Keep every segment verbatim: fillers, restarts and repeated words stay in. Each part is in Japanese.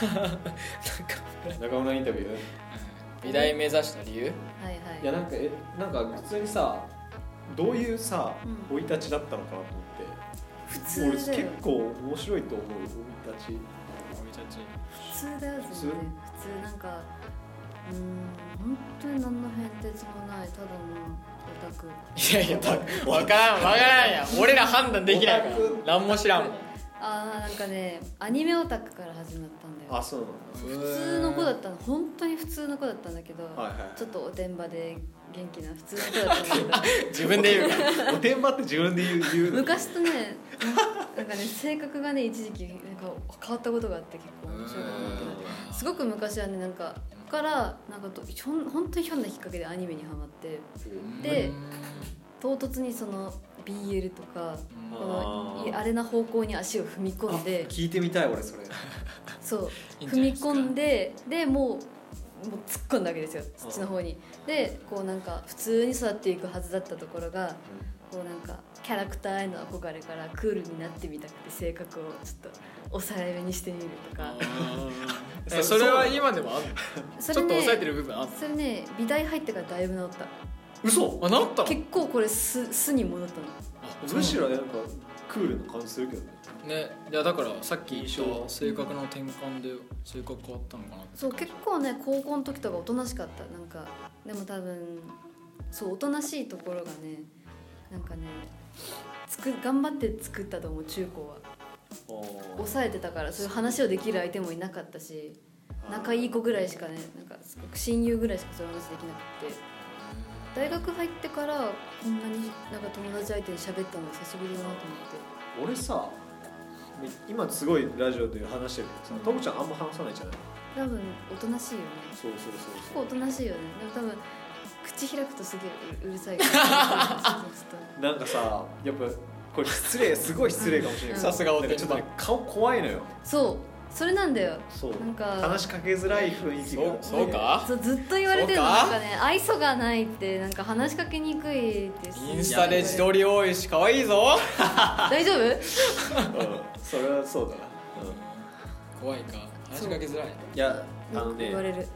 なんか中村インタビュー、 美大目指した理由、 はいはい、 いやなんかえなんか普通にさどういうさ生、 うん、 い立ちだったのかなと思って。 普通だよ。 俺結構面白いと思う生い立ち。 生い立ち普通だよ全然。普通なんかうーん本当に何の変哲もないただのオタク。 いやいや分からん分からんやん俺ら判断できないから何も知らんもん。 あーなんかねアニメオタクから始まったんだよ。 あ、そうなの。 普通の子だったの、本当に普通の子だったんだけど、 はいはい、 ちょっとおてんばで元気な普通の子だったんだけど自分で言うからおてんばって自分で言う言う昔とねなんかね性格がね一時期なんか変わったことがあって結構面白かったんだけど、すごく昔はねなんかからなんかとひょん本当にひょんなきっかけでアニメにハマって、で唐突にその ビーエル とかこのあれな方向に足を踏み込んで、 聞いてみたい俺それ。 そう踏み込んででもうもう突っ込んだわけですよそっちの方に。でこうなんか普通に育っていくはずだったところが、こうなんかキャラクターへの憧れからクールになってみたくて性格をちょっと抑えめにしてみるとかえそれは今でもあるの？ちょっと抑えてる部分あるの？ それね美大入ってからだいぶ治った。 嘘？ あ、治ったの？ 結構これ素素に戻ったの。 むしろなんかクールな感じするけどね。 ね、いやだからさっき言った性格の転換で性格変わったのかなって。 そう結構ね高校の時とかおとなしかったなんか。でも多分そうおとなしいところがねなんかねつく頑張って作ったと思う中高は。抑えてたからそういう話をできる相手もいなかったし、仲いい子ぐらいしかねなんかすごく親友ぐらいしかそういう話できなくて、大学入ってからこんなになんか友達相手に喋ったの久しぶりだなと思って。 俺さ今すごいラジオで話してるけどさ、ともちゃんあんま話さないじゃない。 多分おとなしいよね。 そうそうそう結構おとなしいよね。でも多分口開くとすげえ う, うるさいからなんかさやっぱこれ失礼すごい失礼かもしれないけど、 さすがおてんばちょっとね顔怖いのよ。 そうそれなんだよ。 そうなんか話しかけづらい雰囲気が。 そうそうか。 そうずっと言われてるのなんかね愛想がないってなんか話しかけにくいって。 インスタで自撮り多いし可愛いぞ。 大丈夫？ うんそれはそうだな。 うん、怖いか話しかけづらい。 いやあのね言われる。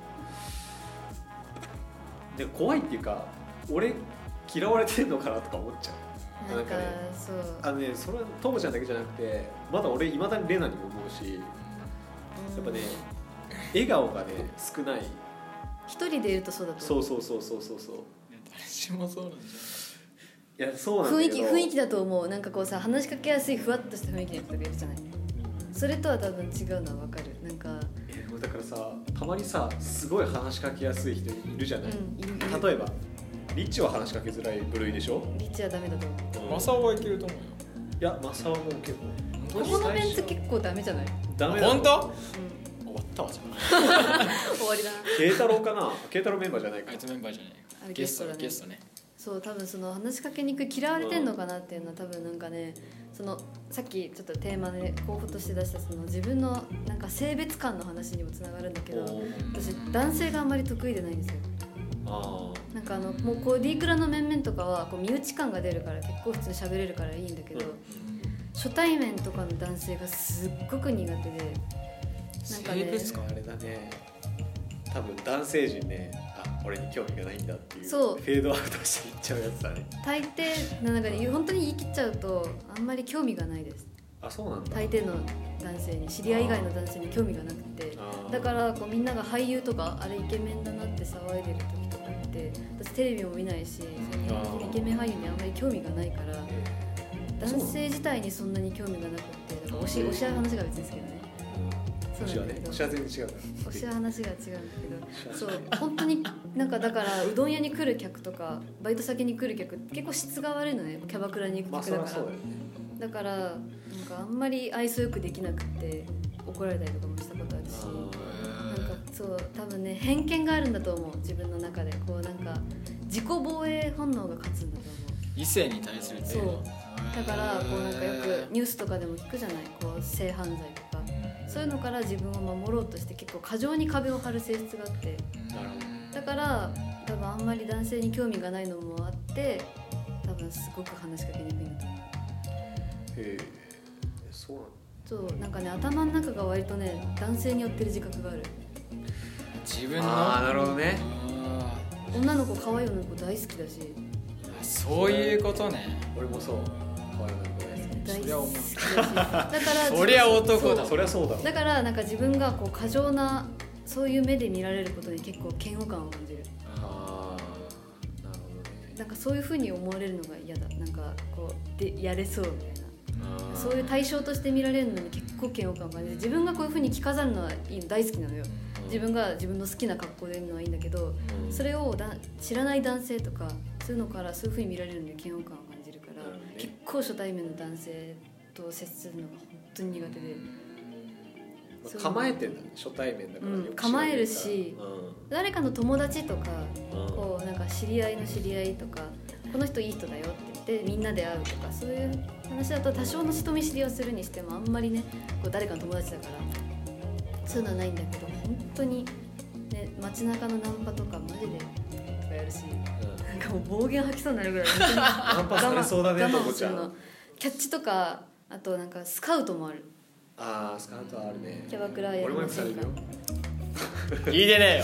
で怖いっていうか俺嫌われてんのかなとか思っちゃう。 なんかね、 そうあのねそれはともちゃんだけじゃなくてまだ俺いまだにレナにも思うし、やっぱね笑顔がね少ない。 一人でいるとそうだとそうそうそうそうそうそう。 誰しもそうなんじゃいやそうなんだけど雰囲気雰囲気だと思う。なんかこうさ話しかけやすいふわっとした雰囲気の人がいるじゃない。それとは多分違うのは分かる。なんかえだからさたまにさすごい話しかけやすい人いるじゃない、 うん、いるいる。 例えばリッチは話しかけづらい部類でしょ。 リッチはダメだと思う。 ゃん。マサオはいけると思うよ。 いやマサオも結構ここのメンツ結構ダメじゃない？ ダメだ。 本当？ うん終わったわじゃん。 終わりだな。 慶太郎かな。慶太郎メンバーじゃないかあいつメンバーじゃないあれゲストゲストだねゲストね。 そう多分その話しかけにくい嫌われてんのかなっていうのは多分なんかねそのさっきちょっとテーマで候補として出したその自分のなんか性別感の話にもつながるんだけど、私男性があんまり得意でないんですよ。 あなんかあのもうこう D クラの面々とかはこう身内感が出るから結構普通に喋れるからいいんだけど、うん、初対面とかの男性がすっごく苦手でなんかね性別感あれだね多分男性陣ねあ俺に興味がないんだっていうそうフェードアウトしていっちゃうやつだね。 大抵なんかね本当に言い切っちゃうとあんまり興味がないです。 あそうなんだ。 大抵の男性に知り合い以外の男性に興味がなくてだからこうみんなが俳優とかあれイケメンだなって騒いでる時とかって私テレビも見ないしそのイケメン俳優にあんまり興味がないから男性自体にそんなに興味がなくてだから推し、推し合う話が別ですけどね。 推しはね推しは全然違うから推しは話が違うんだけどそう本当になんかだからうどん屋に来る客とかバイト先に来る客結構質が悪いのねキャバクラに行く客だから、まあ、そうだよね。だからなんかあんまり愛想よくできなくて怒られたりとかもしたことあるしなんかそう多分ね偏見があるんだと思う自分の中でこうなんか自己防衛本能が勝つんだと思う異性に対するそうだからこうなんかよくニュースとかでも聞くじゃないこう性犯罪とかそういうのから自分を守ろうとして結構過剰に壁を張る性質があってだから多分あんまり男性に興味がないのもあって多分すごく話しかけにくいんだと思う。 へえそうなんだ。 そうなんかね頭の中が割とね男性に寄ってる自覚がある。 自分のああなるほどね。 女の子可愛い女の子大好きだし。 そういうことね。 俺もそう可愛い女の子大好き。 大好きだしだからそりゃ男だ。 そりゃそうだ。 だからなんか自分がこう過剰なそういう目で見られることに結構嫌悪感を感じる。 ああなるほどね。 なんかそういう風に思われるのが嫌だ。なんかこうでやれそうみたいな。そういう対象として見られるのに結構嫌悪感を感じて、自分がこういう風に着飾るのはいいの大好きなのよ。自分が自分の好きな格好でいるのはいいんだけど、 うん、 それをだ知らない男性とかそういうのからそういう風に見られるのに嫌悪感を感じるから、ね、結構初対面の男性と接するのが本当に苦手で、 まあ、構えてんだね初対面だから、 うん、構えるし、 うん、 誰かの友達とか、 うん、こうなんか知り合いの知り合いとかこの人いい人だよって言ってみんなで会うとかそういう話だと多少の人見知りをするにしてもあんまりねこう誰かの友達だからそういうのはないんだけど、本当にね街中のナンパとかマジでとかやるし、うん、なんかもう暴言吐きそうになるぐらいナンパされそうだね我慢とこちゃん。 するの。キャッチとかあとなんかスカウトもある。 ああスカウトはあるね。 キャバクラやりませんか。 聞いてねえよ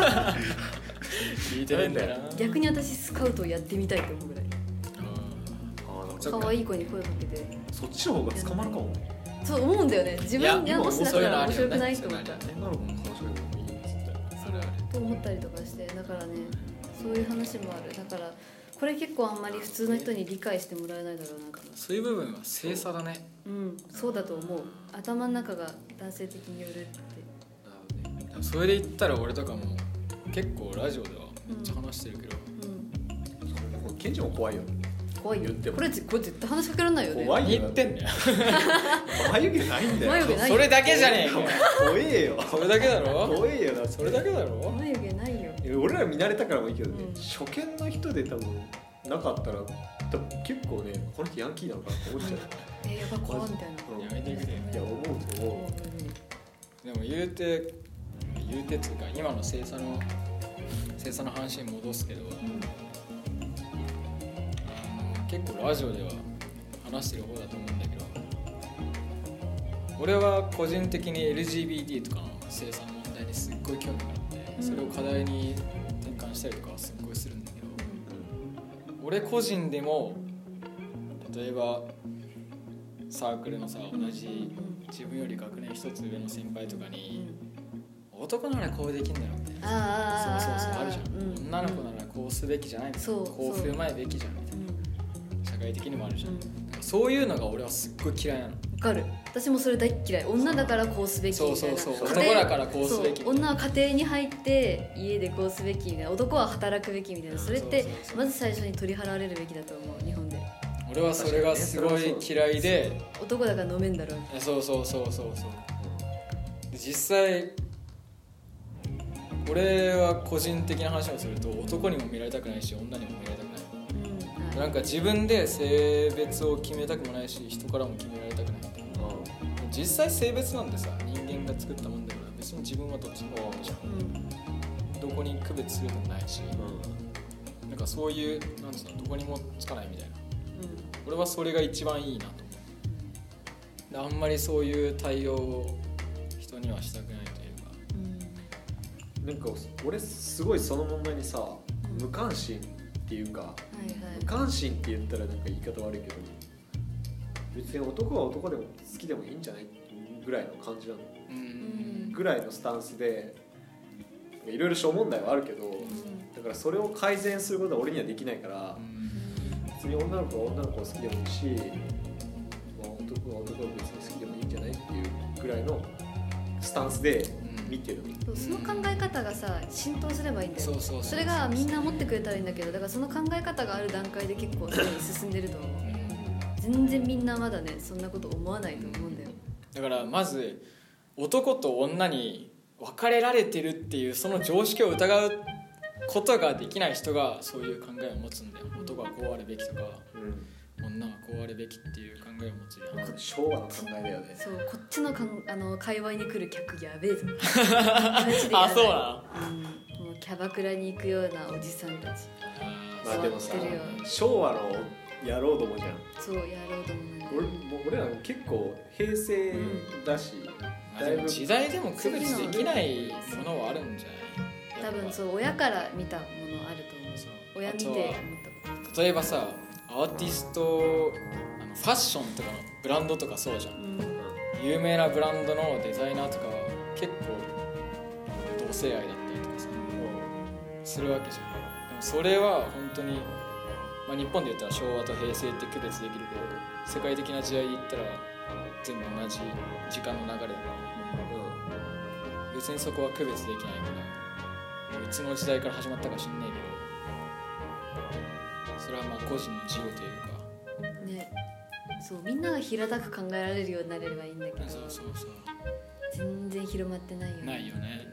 聞いてねえんだよな。 逆に私スカウトをやってみたいと思うぐらい。可愛い子に声かけてそっちの方が捕まるかもね。 そう思うんだよね。自分がもしなったら面白くないと思った女の子も面白いのもいいんですってと思ったりとかして、だからねそういう話もある。だからこれ結構あんまり普通の人に理解してもらえないだろうなと。 そういう部分は性差だね。 うんそうだと思う。頭の中が男性的によるって。 それで言ったら俺とかも結構ラジオではめっちゃ話してるけど、 うんうん、ケンジも怖いよね。 怖いよ。これこれ絶対話しかけられないよね。 怖いよ。 言ってんだよ眉毛ないんだよ。 眉毛ないよ。 それだけじゃねえか。 怖えよ。 それだけだろ。 怖えよな。 それだけだろ。 眉毛ないよ。 俺ら見慣れたからもいいけどね、 うん、 初見の人で多分なかったら多分結構ねこの人ヤンキーなのかなって思っちゃう。 えー、やっぱ怖いみたいな。 やめてくれ。 いや思うと思う。でも言うて言うてっていうか今の性差の性差の話に戻すけど、うん、結構ラジオでは話してる方だと思うんだけど、俺は個人的に エルジービーティー とかの性差の問題にすっごい興味があって、それを課題に転換したりとかはすっごいするんだけど、うん、俺個人でも例えばサークルのさ同じ自分より学年一つ上の先輩とかに、うん、男ならこうできんだよみたいな、 あそうそうそうあるじゃん、 うん、 女の子ならこうすべきじゃないみたいな、こう振る舞うべきじゃんみたいな、うん、社会的にもあるじゃん、うん、そういうのが俺はすっごい嫌いなの。 わかる。私もそれ大っ嫌い。女だからこうすべきみたいな。 そうそうそう。男だからこうすべき。 女は家庭に入って家でこうすべきみたいな。男は働くべきみたいな。それってまず最初に取り払われるべきだと思う日本で。 俺はそれがすごい嫌いで。 男だから飲めんだろう。 そうそうそうそうそう。実際俺は個人的な話をすると男にも見られたくないし女にも見られたくない。うん、なんか自分で性別を決めたくもないし人からも決められたくない。実際性別なんてさ人間が作ったもんだから別に自分はどっちもいいじゃん、うん、どこに区別するのもないし、うん、なんかそういうなんつうのどこにもつかないみたいな、うん、俺はそれが一番いいなと思う。あんまりそういう対応を人にはしたくないというか、 うん、なんか俺すごいその問題にさ無関心っていうか、はいはい、無関心って言ったらなんか言い方悪いけど別に男は男でも好きでもいいんじゃないぐらいの感じなの、うん、ぐらいのスタンスでいろいろ諸問題はあるけど、うん、だからそれを改善することは俺にはできないから、うん、別に女の子は女の子は好きでもいいし、まあ、男は男は別に好きでもいいんじゃないっていうぐらいのスタンスで見てる、 うん、その考え方がさ浸透すればいいんだよ。それがみんな持ってくれたらいいんだけど、だからその考え方がある段階で結構すでに進んでると思う。全然みんなまだねそんなこと思わないと思うんだよ。 だからまず男と女に分かれられてるっていうその常識を疑うことができない人がそういう考えを持つんだよ。男はこうあるべきとか、うん、女はこうあるべきっていう考えを持つじゃん。 昭和の考えだよね。 そうこっちのかんあの界隈に来る客やべえぞあ、そうなの、うん、もうキャバクラに行くようなおじさんたち。 まあでもさ昭和の野郎どもじゃん。 そう野郎どもなんだよ。 俺も俺ら結構平成だし、 うん、だいぶ時代でも区別できないものはあるんじゃない？ 多分そう親から見たものあると思う。親見て思った。 例えばさアーティストあのファッションとかのブランドとかそうじゃん、うん、有名なブランドのデザイナーとかは結構同性愛だったりとかさ、うん、するわけじゃん。でもそれは本当に、まあ、日本で言ったら昭和と平成って区別できるけど世界的な時代で言ったら全部同じ時間の流れだから、うん、別にそこは区別できないからいつの時代から始まったか知んないけどそれはまあ個人の自由というかね。そうみんなが平たく考えられるようになれればいいんだけど、 そうそうそう全然広まってないよね。 ないよね。ね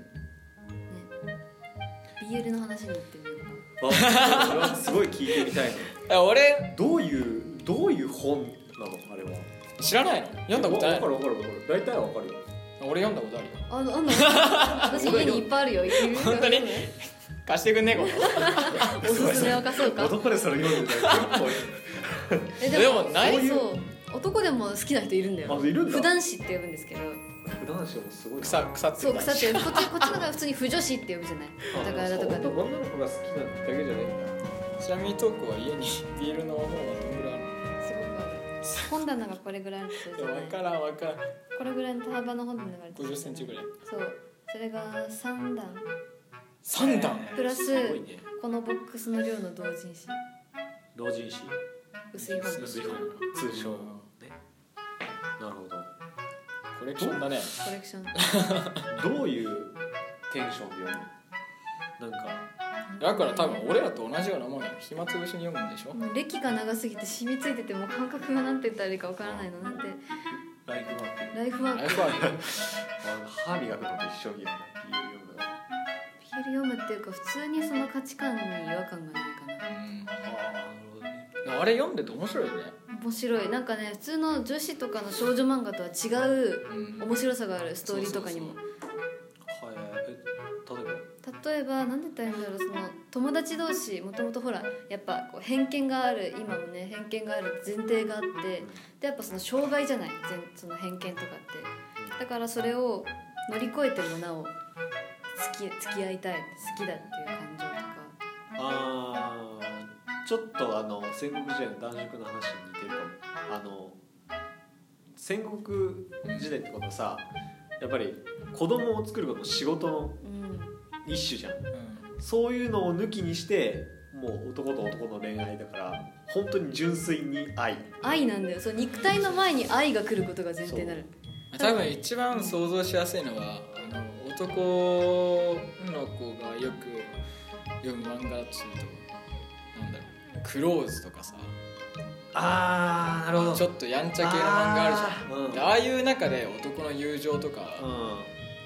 ビーエル の話に行ってみようか。あ、俺はすごい聞いてみたいの。俺どういうどういう本なのあれは。 知らないの？読んだことないの？ 分かる分かる分かる。大体は分かるよ。 俺読んだことあるよ。 あのあんの私家にいっぱいあるよ。 本当に？貸してくんねえおすすめは貸そうか。 男でそれ読んでたら結構えでもないそう男でも好きな人いるんだよ。 あ、いるんだ。 普段子って呼ぶんですけど。 普段子もすごい草草ってそう草ってこっちこっちの方が普通に不女子って呼ぶじゃない。だからだとかで。 女の子が好きなだけじゃないんだ。 ちなみにトークは家にビールの本はどんぐらいあるの？ すごくある。本棚がこれぐらいある人じゃない。 分からん分からん。 これぐらいの幅の本棚がある。 ごじゅっセンチぐらい。 そうそれがさんだん。 さんだんプラス、ね、このボックスの量の同人誌同人誌薄い本薄い本通称、ね、なるほどコレクションだね。 コレクションどういうテンションで読む？なんかだから多分俺らと同じようなもんよ。暇つぶしに読むんでしょ。 もう歴が長すぎて染みついててもう感覚がなんて言ったらいいかわからないの。なんてライフワークライフワークライフワーク歯磨くのと一緒に読むの読むっていうか普通にその価値観に違和感がないかな。うん、 あ, あれ読んでて面白いよね。 面白い。なんかね普通の女子とかの少女漫画とは違う面白さがある、うん、ストーリーとかにも。例えば何て言ったらいいんだろう。その友達同士もともとほらやっぱこう偏見がある今もね偏見がある前提があってでやっぱその障害じゃないその偏見とかってだからそれを乗り越えてもなお付き、付き合いたい好きだっていう感情とか。 あーちょっとあの戦国時代の男色の話に似てるかも。あの戦国時代ってことはさやっぱり子供を作ることの仕事の一種じゃん、うん、そういうのを抜きにしてもう男と男の恋愛だから本当に純粋に愛愛なんだよ。そう肉体の前に愛が来ることが前提になる。 多分一番想像しやすいのはあの男の子がよく読む漫画っていうとなんだろうクローズとかさあーなるほどちょっとやんちゃ系の漫画あるじゃん。 あ,、うん、ああいう中で男の友情とか、うん、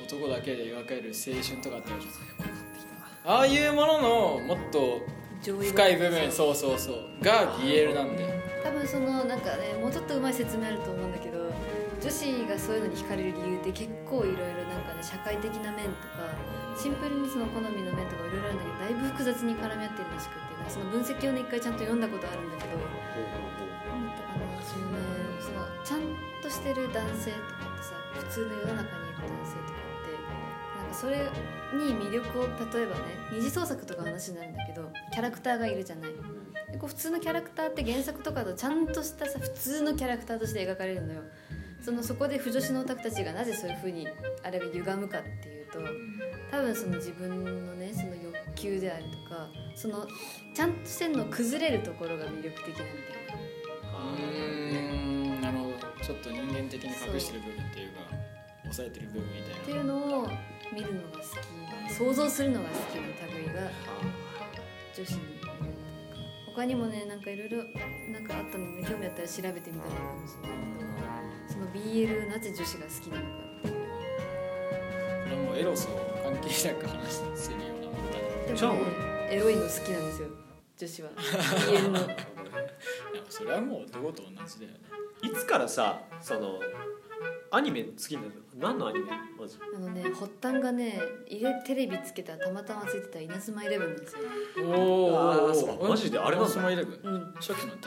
男だけで描かれる青春とかってあるじゃん。ああいうもののもっと深い部分そうそうそうが ビーエル なんで多分そのなんかねもうちょっとうまい説明あると思うんだけど女子がそういうのに惹かれる理由って結構いろいろなんかね社会的な面とかシンプルにその好みの面とかいろいろあるんだけどだいぶ複雑に絡み合ってるらしくてその分析をね一回ちゃんと読んだことあるんだけど何だったかなそのねそのちゃんとしてる男性とかってさ普通の世の中にいる男性とかってなんかそれに魅力を例えばね二次創作とか話になるんだけどキャラクターがいるじゃない。でこう普通のキャラクターって原作とかとちゃんとしたさ普通のキャラクターとして描かれるのよ。そのそこで腐女子のオタクたちがなぜそういう風にあれが歪むかっていうと多分その自分のねその欲求であるとかそのちゃんとしてんの崩れるところが魅力的なんだよね。 うーんなるほど。ちょっと人間的に隠してる部分っていうか抑えてる部分みたいなっていうのを見るのが好き想像するのが好きな類が女子にいるとか他にもねなんかいろいろなんかあったので興味あったら調べてみたらいいかもしれないけどその ビーエル なぜ女子が好きなのかっていうこれもエロスを関係なく話するようなもんだね。 でもねエロいの好きなんですよ女子は ビーエル のいやそれはもう男と同じだよね。 いつからさそのアニメ好きになるの？何のアニメまず？ あのね発端がね入れテレビつけたらたまたまついてた稲妻イレブンなんですよ。 おーあーそうマジであれなんだ。 稲妻イレブン、 うん、 初期の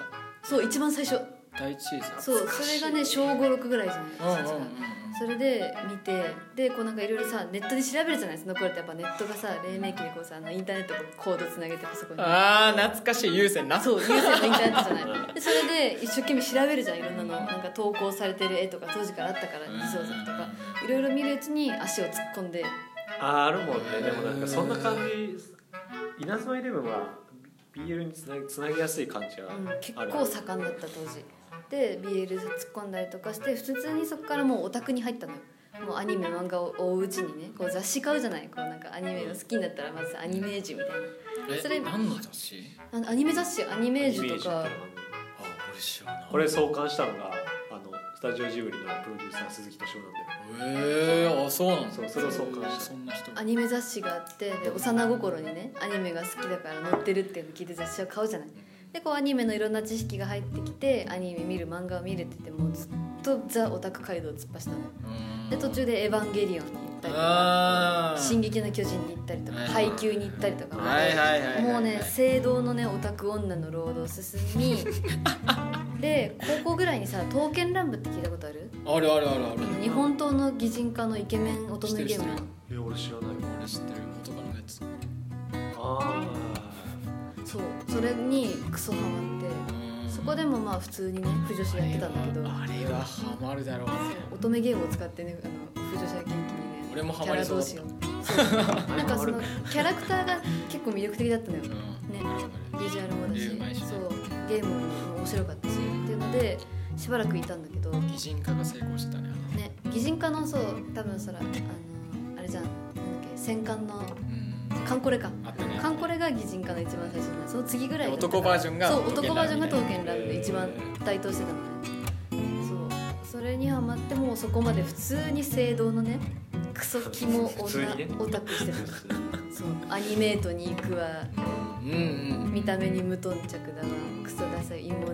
そう一番最初第一シーズンそうそれがね小ごろくぐらいじゃない、うんうんうん、それで見てでこうなんかいろいろさネットで調べるじゃないですか。これってやっぱネットがさ黎明期でこうさあのインターネットとコードつなげてパソコンにあー懐かしい有線なそう有線のインターネットじゃないでそれで一生懸命調べるじゃんいろんなのなんか投稿されてる絵とか当時からあったから偽装作とかいろいろ見るうちに足を突っ込んでああるもんね。でもなんかそんな感じ稲妻イレブンは ビーエル につなぎ、つなぎやすい感じはある、うん、 結構盛んだった当時で ビーエル 突っ込んだりとかして普通にそこからもうオタクに入ったのよ。もうアニメ漫画を追ううちにねこう雑誌買うじゃないこうなんかアニメが好きになったらまずアニメージュみたいなそれ何の雑誌あのアニメ雑誌アニメージュとかあ俺知らないこれ創刊したのがあのスタジオジブリのプロデューサー鈴木敏夫なんだよ。 へえー、あそうなんだ。 そうそれを創刊したそんな人アニメ雑誌があってで幼心にねアニメが好きだから載ってるっていうのを聞いて雑誌を買うじゃない。でこうアニメのいろんな知識が入ってきてアニメ見る漫画を見るって言ってもうずっとザ・オタク街道を突っ走ったのよ。で途中でエヴァンゲリオンに行ったりとか進撃の巨人に行ったりとか配給に行ったりとかもうね聖堂のねオタク女のロードを進みで高校ぐらいにさ刀剣乱舞って聞いたことある？ あるあるあるある。 日本刀の擬人化のイケメン乙女ゲーム。 え俺知らない。 俺知ってる元カノのやつ。 ああそうそれにクソハマってそこでもまあ普通にね不女子やってたんだけどあれはハマるだろうね。 乙女ゲームを使ってねあの不女子は元気にね俺もハマりそうだった。 キャラ同士をなんかそのキャラクターが結構魅力的だったのよ、うん、ねビジュアルもだしそうゲームも面白かったしっていうのでしばらくいたんだけど擬人化が成功してたね。 ね擬人化のそう多分そらあのあれじゃんなんだっけ戦艦のカンコレか、ね、カンコレが擬人化の一番最初のその次ぐらい男バージョンがそう男バージョンが刀剣乱舞で一番台頭してたのね。そうそれにハマってもうそこまで普通に聖堂のねクソキモ女、ね、オタクしてたそうアニメートに行くわ、うんうん、見た目に無頓着だわクソダサい芋だわ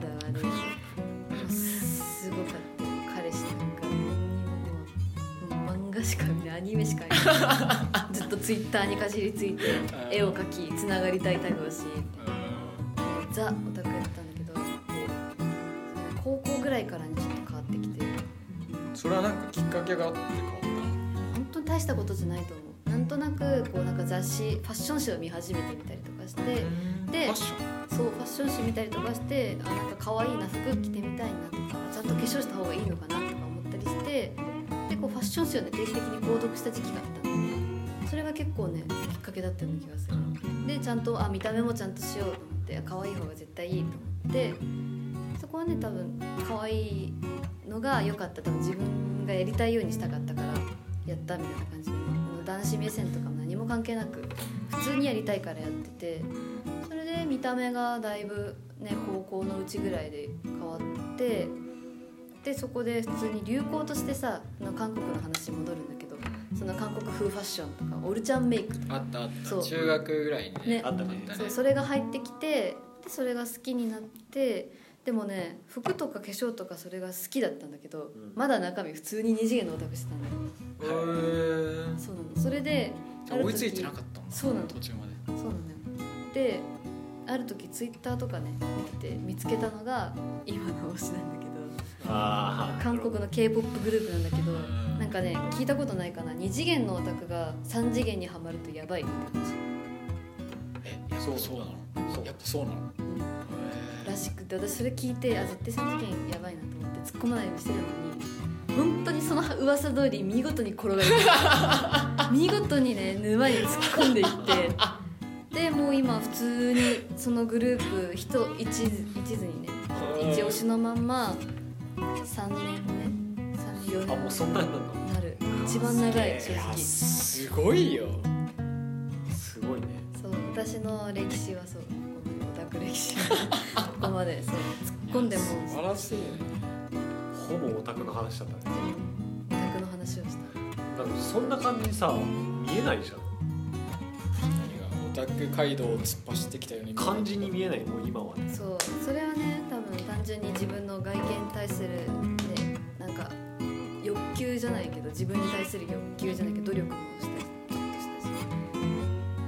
ですごかった彼氏なんか何にももう漫画しか見ないアニメしか見ないずっとツイッターにかじりついて絵を描きつながりたいタグをしザ・オタクやったんだけど高校ぐらいからにちょっと変わってきてそれはなんかきっかけがあって変わったの？ 本当に大したことじゃないと思う。なんとなくこうなんか雑誌ファッション誌を見始めてみたりとかしてでファッションそうファッション誌見たりとかしてあなんか可愛いな服着てみたいなとかちゃんと化粧した方がいいのかなとか思ったりしてでこうファッション誌を、ね、定期的に購読した時期があったの。それが結構ねきっかけだったような気がする。でちゃんとあ見た目もちゃんとしようと思って可愛い方が絶対いいと思ってそこはね多分可愛いのが良かった多分自分がやりたいようにしたかったからやったみたいな感じで、ね、男子目線とかも何も関係なく普通にやりたいからやっててそれで見た目がだいぶね高校のうちぐらいで変わってでそこで普通に流行としてさ韓国の話に戻るんだけどその韓国風ファッションとかオルちゃんメイクとかあったあった中学ぐらいに ね, ねあったねそうそれが入ってきてでそれが好きになってでもね服とか化粧とかそれが好きだったんだけど、うん、まだ中身普通に二次元のオタクしてたんだよ。へーそうなの。それで追いついてなかったんだ。 そうなの途中までそうなのよ。である時ツイッターとかね見てて見つけたのが今の推しなんだけどあ韓国の K-ポップ グループなんだけどなんかね聞いたことないかな二次元のオタクが三次元にはまるとやばいって話。 えそうそうなのそうやっぱそうなの、うんらしくて私それ聞いてあ絶対さん次元やばいなと思って突っ込まないようにしてたのに本当にその噂通り見事に転がり見事にね沼に突っ込んでいってでもう今普通にそのグループ人一途にね一押しのまんまさんねんめさんねんよねんあもうそんなになる一番長い正直すごいよすごいねそう私の歴史はそう歴史ここまでそう突っ込んでも素晴らしいねほぼオタクの話だったねオタクの話をしただからそんな感じにさ見えないじゃん何がオタク街道を突っ走ってきたように感じに見えないもう今はねそうそれはね多分単純に自分の外見に対するねなんか欲求じゃないけど自分に対する欲求じゃないけど努力もしたりしたしそ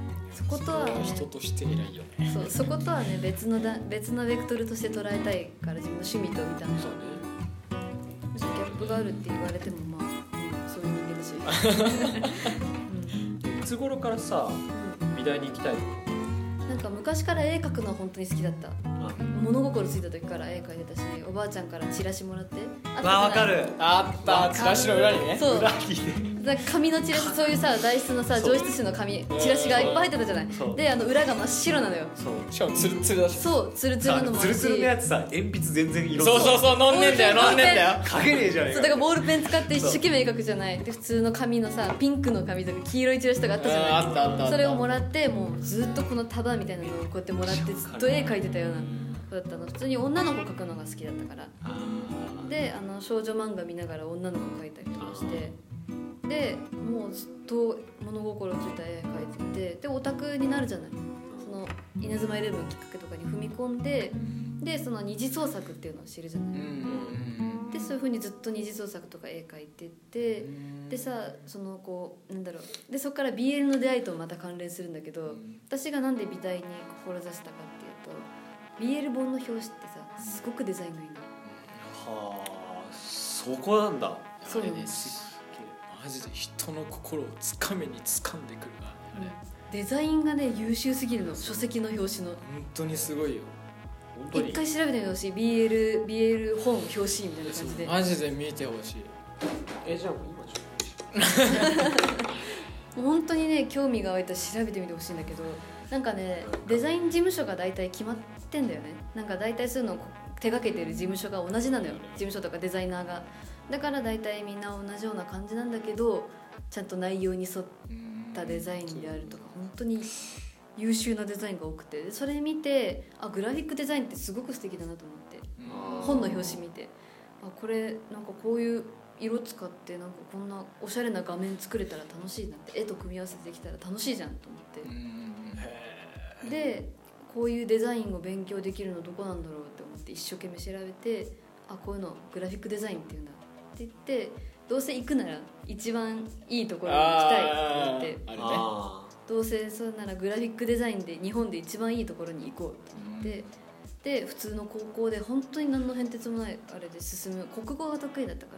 ことは、ね、 人として偉いよね。 そうそことはね別のだ別のベクトルとして捉えたいから自分の趣味と見た目そうね。 ギャップがあるって言われてもまあ、うん、そういう人間だし、 うん、いつ頃からさ美大に行きたいの？ なんか昔から絵描くのは本当に好きだった。物心ついた時から絵描いてたし、おばあちゃんからチラシもらってあったわかるあったチラシの裏にね。 そう裏になんか紙のチラシ、そういうさ代筆のさ上質紙の紙チラシがいっぱい入ってたじゃない。であの裏が真っ白なのよ。 そうしかもツルツルだし。 そうツルツルのもあるし、 ツルツルのやつさ鉛筆全然色そうそうそう飲んでんだよ飲んでんだよ。 書けねえじゃねえか。 そうだからボールペン使って一生懸命絵描くじゃない。で普通の紙のさピンクの紙とか黄色いチラシとかあったじゃない。 あったあったあった。 それをもらってもうずっとこの束みたいなのをこうやってもらってずっと絵描いてたような子だったの。普通に女の子描くのが好きだったから。であの少女漫画見ながら女の子描いたりとかして、でもうずっと物心ついた絵描いてて、でオタクになるじゃない。その稲妻イレブンきっかけとかに踏み込んで、でその二次創作っていうのを知るじゃない。でそういう風にずっと二次創作とか絵描いてて、でさそのこうなんだろう、でそこから ビーエル の出会いとまた関連するんだけど、私がなんで美大に志したかっていうと ビーエル 本の表紙ってさすごくデザインがいいの。 はあそこなんだ。 そうなんです。マジで人の心をつかめにつかんでくるな、あれ、 デザインがね優秀すぎるの。書籍の表紙の本当にすごいよ。 一回調べてみてほしい。 ビーエル ビーエル 本表紙みたいな感じでマジで見てほしい。 えじゃあもう今ちょっと本当にね興味が湧いたら調べてみてほしいんだけど、なんかねデザイン事務所が大体決まってんだよね。なんか大体そういうのを手掛けてる事務所が同じなのよ。事務所とかデザイナーが。だから大体みんな同じような感じなんだけど、ちゃんと内容に沿ったデザインであるとか本当に優秀なデザインが多くて、それ見てあグラフィックデザインってすごく素敵だなと思って、本の表紙見てあこれなんかこういう色使ってなんかこんなおしゃれな画面作れたら楽しいなって、絵と組み合わせてできたら楽しいじゃんと思って、でこういうデザインを勉強できるのどこなんだろうって思って一生懸命調べて、あこういうのグラフィックデザインっていうんだって言って、どうせ行くなら一番いいところに行きたいと思って、 あれね、 どうせそうならグラフィックデザインで日本で一番いいところに行こうと思って、で普通の高校で本当に何の変哲もないあれで進む、国語が得意だったから、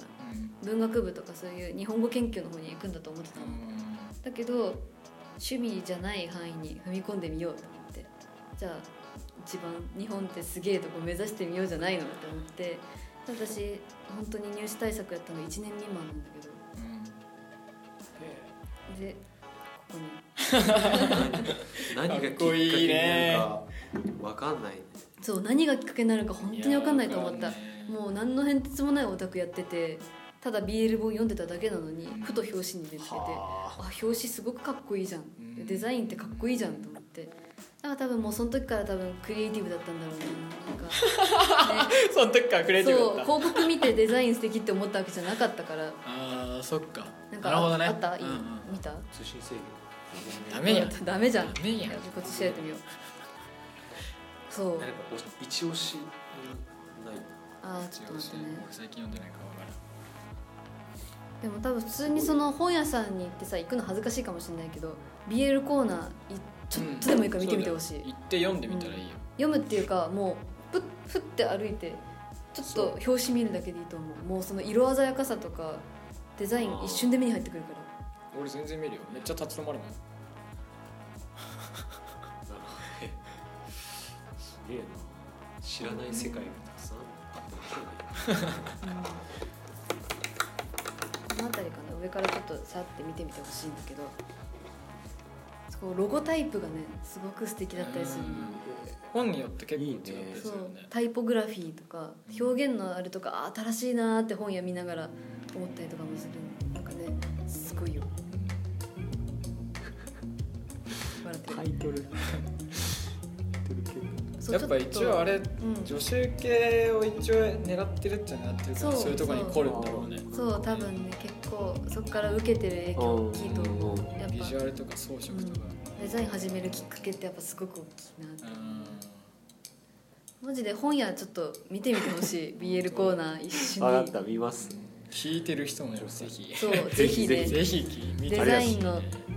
文学部とかそういう日本語研究の方に行くんだと思ってたの。だけど趣味じゃない範囲に踏み込んでみようと思って、じゃあ一番日本ってすげえとこ目指してみようじゃないのと思って、私本当に入試対策やったのいちねん未満なんだけど、うん、でここに何がきっかけになるか分かんないね。 そう何がきっかけになるか本当に分かんないと思った。もう何の変哲もないオタクやってて、ただ ビーエル 本読んでただけなのに、ふと表紙に出てて、あ表紙すごくかっこいいじゃん、デザインってかっこいいじゃんと思って、だから多分もうその時から多分クリエイティブだったんだろうな。なんか、ね、 その時からクリエイティブだった。 そう広告見てデザイン素敵って思ったわけじゃなかったから。 あーそっか。 なんかなるほどね。 あった、いい、 うんうん、 見た？ 通信制御ダメやダメじゃん。 ダメやん。 こっち調べてみよう。そう。 なんか一押しない。 あーちょっと待ってね。 最近読んでないから分からん。 でも多分普通にその本屋さんに行ってさ行くの恥ずかしいかもしれないけど ビーエル コーナーちょっとでもいいから見てみてほしい、 うん、行って読んでみたらいいよ、うん、 読むっていうかもうふっふって歩いてちょっと表紙見るだけでいいと思う。もうその色鮮やかさとかデザイン一瞬で目に入ってくるから。 俺全然見るよ。めっちゃ立ち止まるもん。 すげえな。知らない世界がたくさんあって面白い、うんこの辺りかな、上からちょっとさって見てみてほしいんだけど、そこロゴタイプがねすごく素敵だったりする。 本によって結構違うんですよね。 そうタイポグラフィーとか表現のあれとか、あ新しいなって本屋見ながら思ったりとかもする。なんかねすごいよ。 タイトルやっぱ一応あれ、うん、女子系を一応狙ってるっちゃ狙ってるから、そういうところに来るんだろうね。 そう多分ね結構そこから受けてる影響大きいと思う。やっぱビジュアルとか装飾とか、うん、 デザイン始めるきっかけってやっぱすごく大きいなって。マジで本屋ちょっと見てみてほしい。ビーエル コーナー一瞬で。 分かった見ます。 聞いてる人もぜひそうぜひねぜひ見てデザインの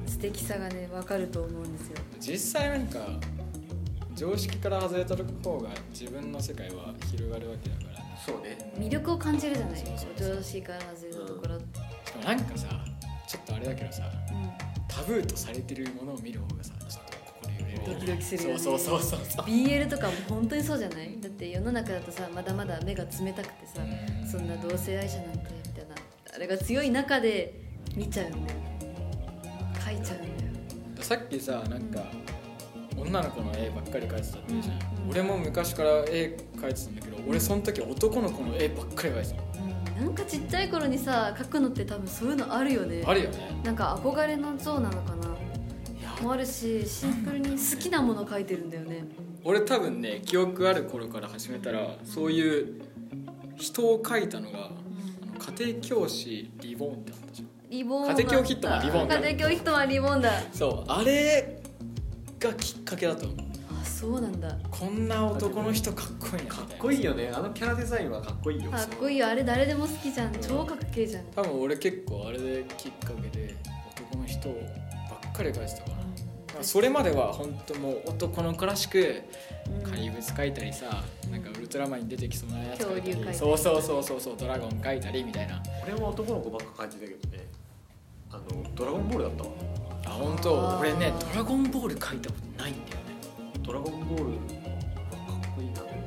素敵さがね分かると思うんですよ。 実際なんか常識から外れた方が自分の世界は広がるわけだから、ね、 そうね、 魅力を感じるじゃない。常識から外れたところって、 うん、しかもなんかさちょっとあれだけどさ、うん、タブーとされてるものを見る方がさちょっと心揺れる、 ドキドキするよね。 そうそうそうそうビーエル とかも本当にそうじゃない。だって世の中だとさまだまだ目が冷たくてさ、うん、そんな同性愛者なんてみたいなあれが強い中で見ちゃうんだよ、描いちゃうんだよ。 さっきさなんか、うん、女の子の絵ばっかり描いてたって言うじゃん、うん、俺も昔から絵描いてたんだけど、うん、俺その時男の子の絵ばっかり描いてた、 うん、なんかちっちゃい頃にさ描くのって多分そういうのあるよね。 あるよね。 なんか憧れの像なのかなもあるし、シンプルに好きなもの描いてるんだよね。 俺多分ね記憶ある頃から始めたらそういう人を描いたのが、うん、家庭教師リボンってあったじゃん。 リボン家庭教ヒットマンリボンだ。 家庭教ヒットマンリボンだ。 そうあれがきっかけだと思う。 あそうなんだ。 こんな男の人かっこいいな。 かっこいいよね。あのキャラデザインはかっこいいよ。 かっこいいよ。あれ誰でも好きじゃん。超かっけえじゃん。 多分俺結構あれできっかけで男の人ばっかり描いてたから、うん、それまでは本当もう男の子らしく怪物描いたりさ、うん、なんかウルトラマンに出てきそうなやつ描いたり、うん、そうそうそうそうそうドラゴン描いたりみたいな。 俺も男の子ばっか描いてたけどね。あのドラゴンボールだったわ。 あ本当。俺ねドラゴンボール描いたことないんだよね。 ドラゴンボールかっこいいなと思って。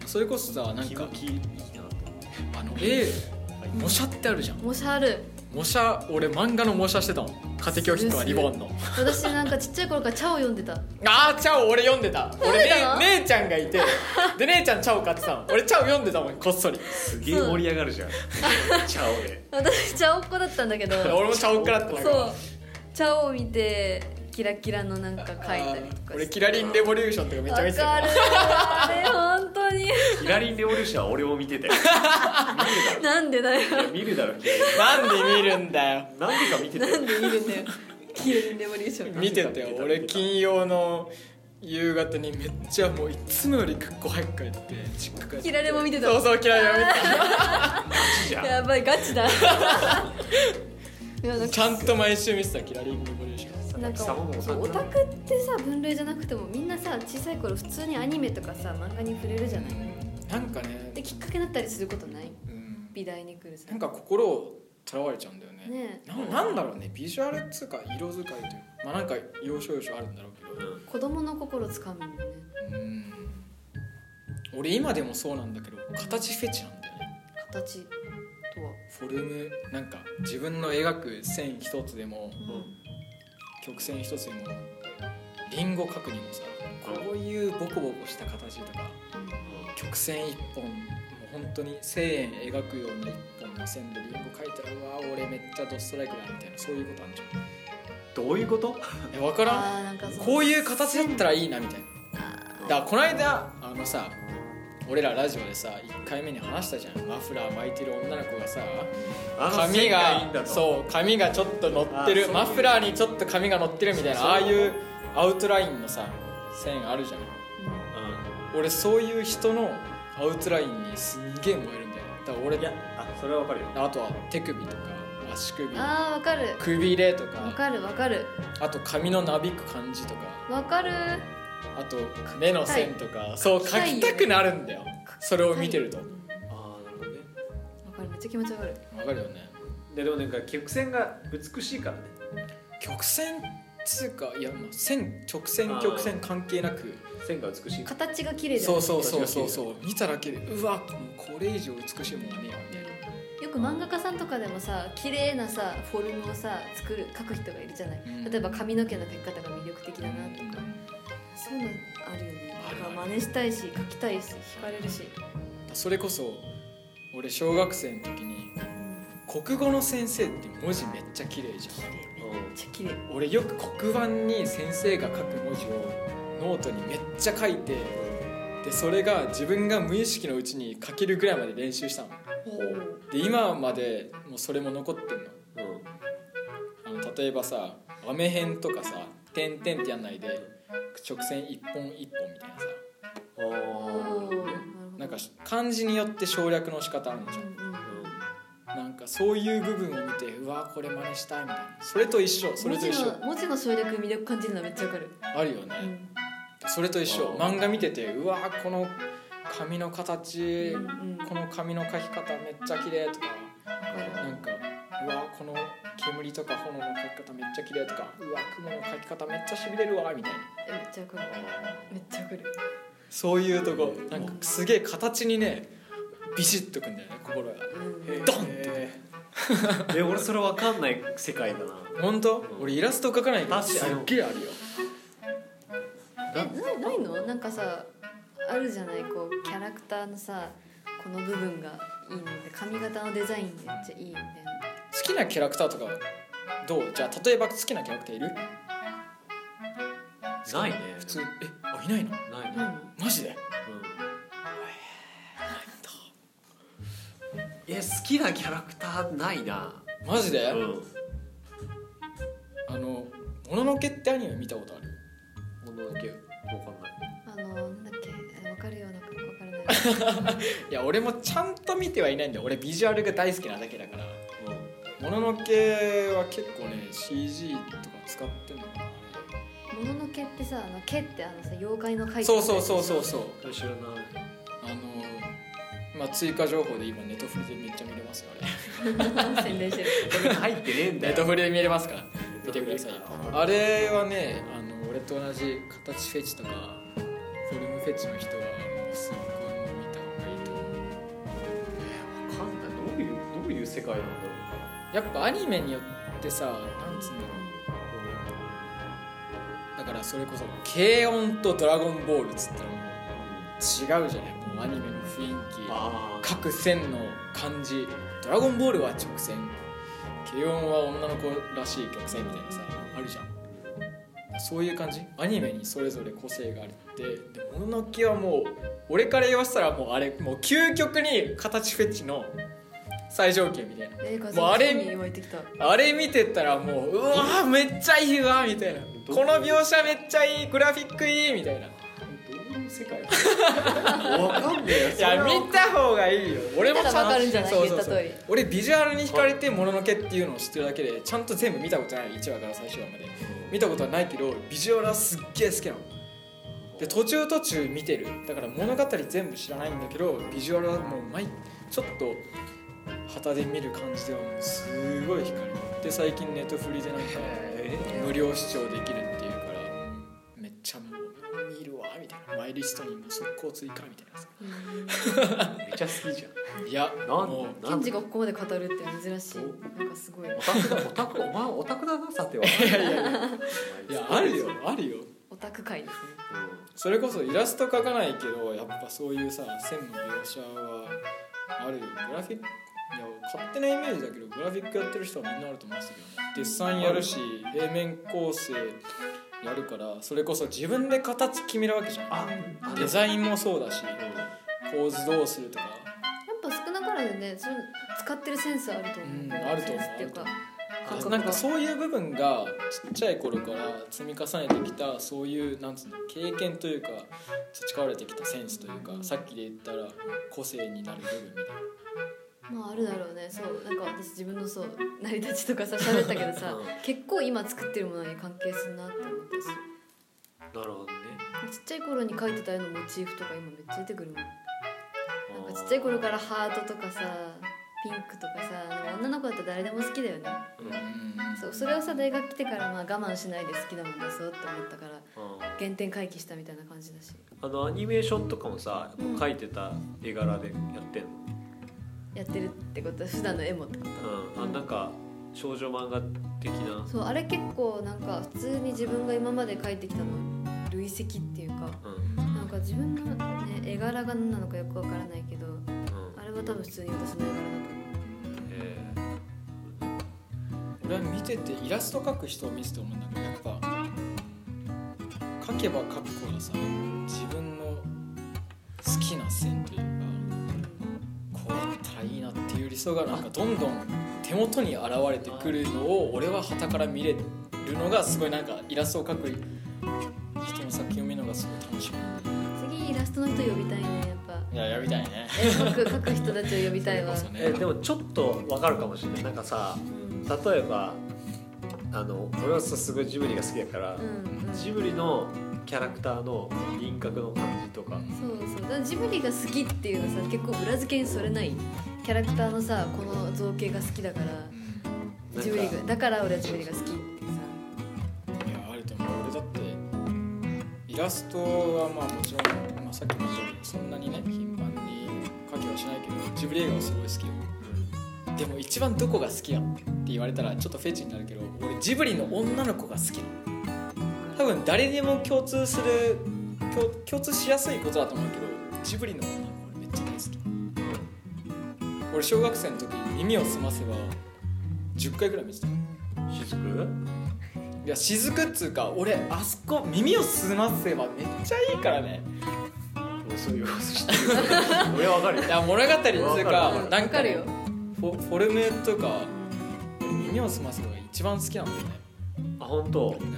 それこそさなんかいいなと思ってあの絵模写ってあるじゃん。 模写ある。 模写俺漫画の模写してたもん。家庭教ヒットはリボンの。 私なんかちっちゃい頃からチャオ読んでた。 あーチャオ俺読んでた。俺ね姉ちゃんがいてで姉ちゃんチャオ買ってたの。俺チャオ読んでたもんこっそり。 すげえ盛り上がるじゃんチャオで。 私チャオっ子だったんだけど俺もチャオっ子だったんだけどそうチャオを見てキラキラのなんか書いたりとかして。 俺キラリンレボリューションとかめっちゃ見てた。 わかるあれ本当にキラリンレボリューションは俺も見てたよなんでだよ。 いや見るだろなんで見るんだよ。 なんでか見てたよ。 なんで見るんだよキラリンレボリューション見てたよ。俺金曜の夕方にめっちゃもういつもより学校早く帰って実家帰ってキラレも見てた。 そうそうキラレも見てたやばいガチだちゃんと毎週見てたキラリンレボリューション。 なんかオタクってさ分類じゃなくてもみんなさ小さい頃普通にアニメとかさ漫画に触れるじゃない。 なんかねできっかけになったりすることない、うん、美大に来るさなんか心をとらわれちゃうんだよね。 ねな, なんだろうねビジュアルっつうか色使いというまあなんか要所要所あるんだろうけど、 うん、子供の心つかむんだよね。 うん俺今でもそうなんだけど形フェチなんだよね。 形とはフォルムなんか自分の描く線一つでも、うん曲線一つでもリンゴ描くにもさこういうボコボコした形とか、うん、曲線一本もう本当に線円描くような一本の線でリンゴ描いたらうわ俺めっちゃドストライクだみたいなそういうことあるじゃん。 どういうこと？ え分からん。 なんかこういう形だったらいいなみたいな。だからこの間あのさ俺らラジオでさいっかいめに話したじゃん。マフラー巻いてる女の子がさ髪がそう髪がちょっと乗ってるマフラーにちょっと髪が乗ってるみたいなああいうアウトラインのさ線あるじゃん、うん、俺そういう人のアウトラインにすんげえ燃えるんだよ。だから俺いやあそれはわかるよ。 あとは手首とか足首あーわかるくびれとかわかるわかるあと髪のなびく感じとかわかるあと目の線とかそう描きたくなるんだよそれを見てると。ああなるほどね。 わかるめっちゃ気持ちわかるわかるよね。 で, でもなんか曲線が美しいからね。 曲線つうかいやまあ線直線曲線関係なく線が美しい形が綺麗じゃない。そうそうそうそうそう見ただけでうわもうこれ以上美しいものはねえよみたいな。 よく漫画家さんとかでもさ綺麗なさフォルムをさ作る描く人がいるじゃない、うん、例えば髪の毛の描き方が魅力的だなとかそういうのあるよね。だから真似したいし描きたいし惹かれるし。 それこそ俺小学生の時に国語の先生って文字めっちゃ綺麗じゃん。 めっちゃ綺麗。 俺よく黒板に先生が書く文字をノートにめっちゃ書いてでそれが自分が無意識のうちに書けるぐらいまで練習したの。で今までもうそれも残ってんの、うん、あの例えばさ雨辺とかさ点々ってやんないで直線一本一本みたいなさあなんか漢字によって省略の仕方あるじゃん、うんうん、なんかかそういう部分を見てうわこれ真似したいみたいな、それと一緒それと一緒。 文字の省略魅力感じるのはめっちゃわかる。 あるよね、うん、それと一緒。漫画見ててうわこの紙の形、うんうん、この紙の描き方めっちゃ綺麗とか、なんかうわこの煙とか炎の描き方めっちゃ綺麗とか、うわ雲の描き方めっちゃしびれるわみたいな。 めっちゃわかるめっちゃわかる。 そういうとこなんかすげえ形にねビシッとくんだよね心が、うん、ドンってえ俺それ分かんない世界だな。 本当、うん、俺イラスト描かないけどすっげえあるよ。 えなないのなんかさあるじゃない、こうキャラクターのさこの部分がいいので髪型のデザインめっちゃいいみたいな。 好きなキャラクターとかどう？じゃあ例えば好きなキャラクターいる？ ないね普通。えあいないの？ ないのマジで？うん、 え好きなキャラクターないな。 マジで？ うん、 あのもののけってアニメ見たことある？ もののけわかんない。 あのなんだっけわかるようなわからないいや俺もちゃんと見てはいないんだよ。俺ビジュアルが大好きなだけだから。もののけは結構ね シージー とか使ってんのかな。 もののけってさ、あの毛ってあのさ妖怪の描いてそうそうそうそうそう。 知らない。 あのまあ追加情報で今ネットフリでめっちゃ見れますよあれ。 宣伝してる。 入ってねえんだよ。 ネットフリで見れますから見てくださいよ。あれはねあの俺と同じ形フェチとかフォルムフェチの人はすごい見た方がいいと思う。 分かんない。どういうどういう世界なんだろう。 やっぱアニメによってさ、なんつうんだろう、だからそれこそ軽音とドラゴンボールっつったらもう違うじゃない。もうアニメの雰囲気、各線の感じ。ドラゴンボールは直線、軽音は女の子らしい曲線みたいなさあるじゃん。そういう感じ。アニメにそれぞれ個性があるって。でもののけはもう俺から言わせたらもうあれもう究極に形フェチの最上級みたいな。 えー、 もうあれあれ見てたらもううわーめっちゃいいわみたいな、この描写めっちゃいい、グラフィックいいみたいな。 どういう世界？わかんねえよ。 いや見た方がいいよ。俺もちゃんと分かるんじゃない？ そうそうそう。俺ビジュアルに惹かれてもののけっていうのを知ってるだけでちゃんと全部見たことない。いちわから最終話まで見たことはないけどビジュアルはすっげえ好きなので、途中途中見てる。だから物語全部知らないんだけどビジュアルはもう毎ちょっと旗で見る感じではもうすごい惹かれる。で最近ネットフリでなんか無料視聴できるっていうからめっちゃもう見るわみたいな。マイリストにも速攻追加みたいなさめっちゃ好きじゃん。 いやもうケンジがここまで語るって珍しい。なんかすごいオタクだオタクお前オタクだなさては。いやいやいやいやあるよあるよ。 オタク界ですね。 それこそイラスト描かないけどやっぱそういうさ線の描写はあるよ。グラフィックいや勝手なイメージだけどグラフィックやってる人はみんなあると思うんですけどね。デッサンやるし平面構成やるからそれこそ自分で形決めるわけじゃん。デザインもそうだし構図どうするとか。 やっぱ少なからずねそれ使ってるセンスあると思う、 うん、あると思う。 っていうかなんかそういう部分がちっちゃい頃から積み重ねてきたそういうなんつうの経験というか培われてきたセンスというか、うん、さっきで言ったら個性になる部分みたいな。 まああるだろうね。そうなんか私自分のそう成り立ちとかさ喋ったけどさ、うん、結構今作ってるものに関係するなって思ったし。 なるほどね。 ちっちゃい頃に描いてた絵のモチーフとか今めっちゃ出てくるもん。なんかちっちゃい頃からハートとかさピンクとかさ女の子だったら誰でも好きだよね、うん、そうそれをさ大学来てからまあ我慢しないで好きなもん出そうって思ったから、うん、原点回帰したみたいな感じだし。 あのアニメーションとかもさ描いてた絵柄でやってんの、うんやってるってことは普段の絵もってこと、 うん、あなんか少女漫画的な。 そうあれ結構なんか普通に自分が今まで描いてきたの累積っていうか、うん、なんか自分の、ね、絵柄が何なのかよくわからないけど、うん、あれは多分普通に私の絵柄だと思う。 へー。俺は見ててイラスト描く人を見せて思うんだけどやっぱ描けば描くほどさ自分の好きな線というかこうやったらいいなっていう理想がなんかどんどん手元に現れてくるのを俺は傍から見れるのがすごいなんかイラストを描く人の作品を見るのがすごい楽しみ。 次イラストの人呼びたいね。やっぱいや呼びたいね絵描く描く人たちを呼びたいわ、 ね、えでもちょっと分かるかもしれない。なんかさ、うん、例えばあの俺はさすごいジブリが好きだから、うんうん、ジブリのキャラクターの輪郭の感じとか、 そうそう、だからジブリが好きっていうのさ結構裏付けにそれない。キャラクターのさこの造形が好きだからジブリがだから俺はジブリが好きってさ。 いやあると思う。俺だってイラストはまあもちろん、まあ、さっきも言ったようにそんなにね頻繁に描きはしないけどジブリ映画はすごい好きよ、うん、でも一番どこが好きやって言われたらちょっとフェチになるけど俺ジブリの女の子が好きなの。多分誰にも共通する 共, 共通しやすいことだと思うけどジブリの女の子俺めっちゃ大好き。俺小学生の時耳をすませばじゅっかいぐらい見てた。 しずく？ いやしずくっつうか俺あそこ耳をすませばめっちゃいいからね。 そういうことしてる俺は分かるよ。 いや物語っていうかなんかよフ ォ, フォルムとか耳をすませば一番好きなんだよね。 あ本当。 うん、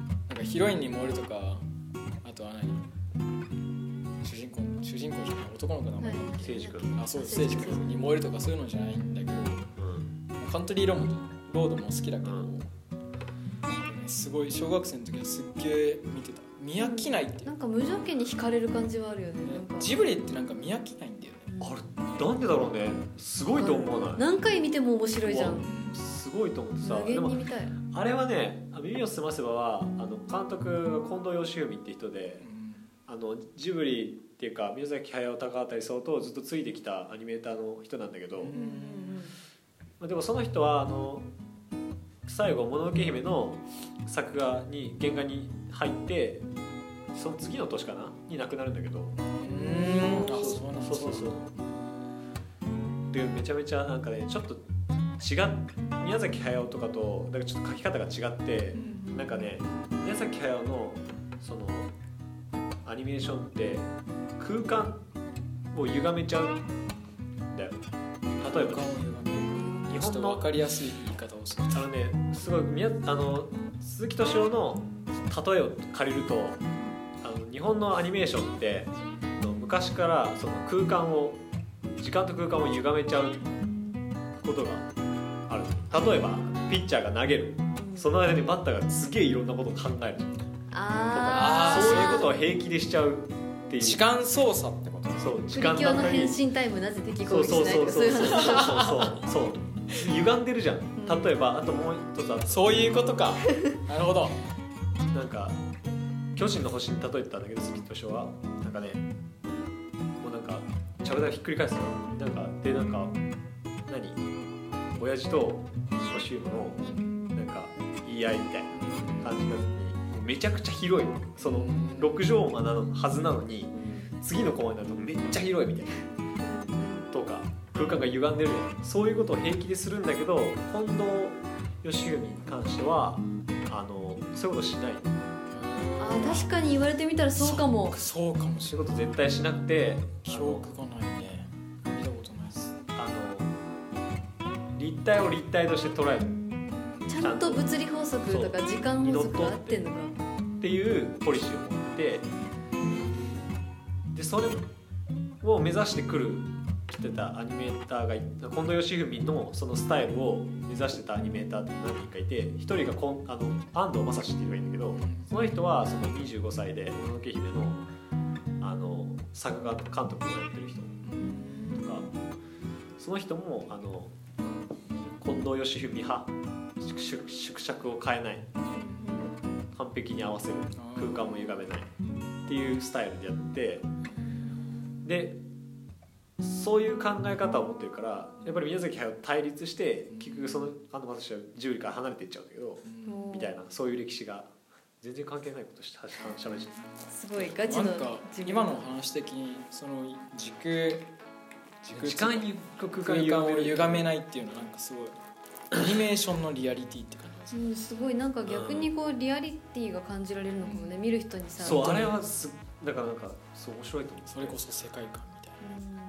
なんかヒロインに燃えるとかあとは何主人公主人公じゃない男の子の名前だっけ、 聖司君。 あそう聖司君に燃えるとかそういうのじゃないんだけど、うん、カントリーロードロードも好きだけど、うん、すごい小学生の時はすっげえ見てた。見飽きないっていうなんか無条件に惹かれる感じはあるよね。なんかジブリってなんか見飽きないんだよね。 あれなんでだろうね。すごいと思わない？ 何回見ても面白いじゃん。 すごいと思ってさ。 無限に見たい。 あれはね耳をすませばはあの監督が近藤義文って人で、うん、あのジブリっていうか宮崎駿高畑勲とずっとついてきたアニメーターの人なんだけど、うんまあ、でもその人はあの最後もののけ姫の作画に原画に入ってその次の年かなに亡くなるんだけど、 うんあそうそうそうそうでめちゃめちゃなんかねちょっと違っ宮崎駿とかとなんかちょっと描き方が違って、うん、なんかね宮崎駿のそのアニメーションって空間を歪めちゃうんだよ。例えば日本の分かりやすい言い方をするあのねすごい宮あの鈴木敏夫の例えを借りるとあの日本のアニメーションって昔からその空間を時間と空間を歪めちゃうことがある。例えばピッチャーが投げるその間にバッターがすげえいろんなことを考えるあそういうことを平気でしちゃうっていう時間操作ってこと。 そう時間だったりプリキュアの変身タイムなぜ敵攻撃しないとかそういう話。 そうそうそうそう歪んでるじゃん。例えばあともう一つあってそういうことかなるほど。 なんか巨人の星に例えてたんだけど鈴木敏夫はなんかねもうなんかちゃぶ台ひっくり返すのなんかでなんか何親父と星馬のなんか言い合いみたいな感じなのにめちゃくちゃ広いそのろく畳間なのはずなのに次のコマになるとめっちゃ広いみたいなとか空間が歪んでるじゃん。そういうことを平気でするんだけど近藤義文に関してはあのそういうことしない。 あ確かに言われてみたらそうかも。 そうかもしれない。 そういうこと絶対しなくて記憶がないね。見たことないです。 あの立体を立体として捉える。 ちゃんと物理法則とか時間法則が合ってんのかっていうポリシーを持ってでそれを目指してくるしてたアニメーターが近藤義文のそのスタイルを目指してたアニメーターって何人かいて一人がこんあの安藤正史っていうのがいるんだけどその人はそのにじゅうごさいでもののけ姫のあの作画監督をやってる人とかその人もあの近藤義文派縮尺を変えない完璧に合わせる空間も歪めないっていうスタイルでやってでそういう考え方を持ってるからやっぱり宮崎駿と対立して結局その安藤正史はジブリから離れていっちゃうんだけどみたいなそういう歴史が全然関係ないことして話しゃべっちゃったすごいガチのなんか今の話的にその軸軸時間空間を歪めないっていうのはなんかすごいアニメーションのリアリティって感じ、 うん、すごいなんか逆にこうリアリティが感じられるのかもね、うん、見る人にさそうあれはすだからなんかそう面白いと思う。 それこそ世界観みたいな、うん、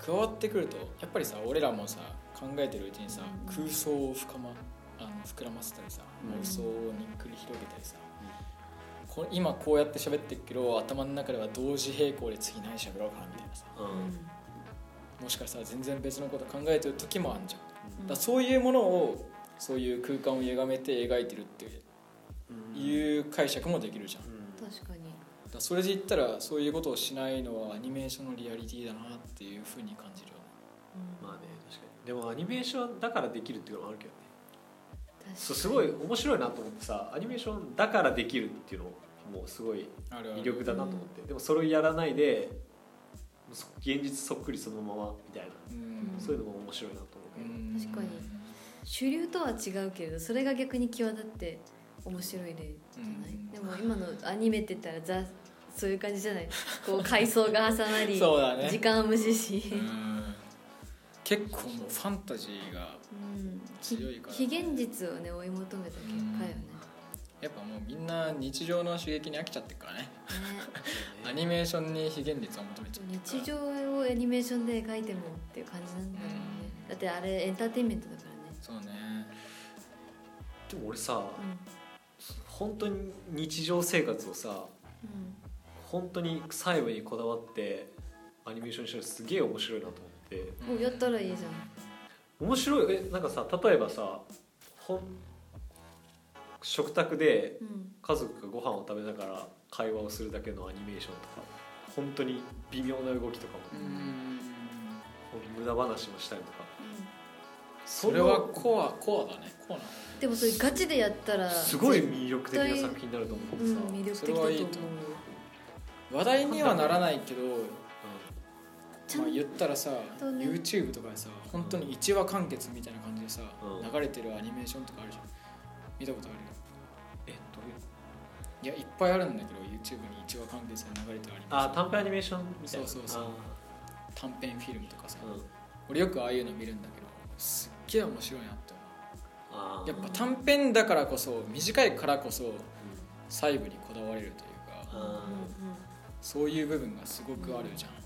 加わってくるとやっぱりさ俺らもさ考えてるうちにさ、うん、空想を深まあの膨らませたりさ、妄想をにっくり広げたりさ、 こ今こうやって喋ってるけど頭の中では同時並行で次何喋ろうかなみたいなさ、うん、もしかしたら全然別のこと考えてる時もあるじゃん、うん、だそういうものをそういう空間を歪めて描いてるっていう解釈もできるじゃん、 うん、確かにだそれで言ったらそういうことをしないのはアニメーションのリアリティだなっていうふうに感じるよね、 うん、まあね確かにでもアニメーションだからできるっていうのもあるけどねそうすごい面白いなと思ってさアニメーションだからできるっていうのもうすごい魅力だなと思って、うん、でもそれをやらないで現実そっくりそのままみたいな、うん、そういうのも面白いなと思う、 うん、確かに主流とは違うけれどそれが逆に際立って面白い例じゃない、うん、でも今のアニメって言ったらザそういう感じじゃないこう階層が重なりそうだ、ね、 時間は無視し、 うん、結構もうファンタジーが強いから、 非現実をね追い求めた結果よね、 やっぱもうみんな日常の刺激に飽きちゃってるからね、ねアニメーションに非現実を求めちゃってるから日常をアニメーションで描いてもっていう感じなんだろうね、うん、だってあれエンターテインメントだからね。 そうね。 でも俺さ、うん、本当に日常生活をさ、うん、本当に細部にこだわってアニメーションにしたらすげえ面白いなと思って、 もうやったらいいじゃん。面白い。えなんかさ例えばさほん食卓で家族がご飯を食べながら会話をするだけのアニメーションとか本当に微妙な動きとかも無駄話もしたりとか、うん、 それはコアコアだね。コアなでもそれガチでやったらすごい魅力的な作品になると思う、うん、 魅力的だと思う。それはいいと思う。話題にはならないけど、うん、まあ、言ったらさ、ね、YouTube とかでさ本当にいちわ完結みたいな感じでさ、うん、流れてるアニメーションとかあるじゃん。見たことある？ えどういう？ いやいっぱいあるんだけど YouTube にいちわ完結で流れてるアニメーション。 あ短編アニメーションみたいな。 そうそうそう。短編フィルムとかさ、うん、俺よくああいうの見るんだけどすっげえ面白いなって思う。あやっぱ短編だからこそ短いからこそ、うん、細部にこだわれるというか、うん、そういう部分がすごくあるじゃん。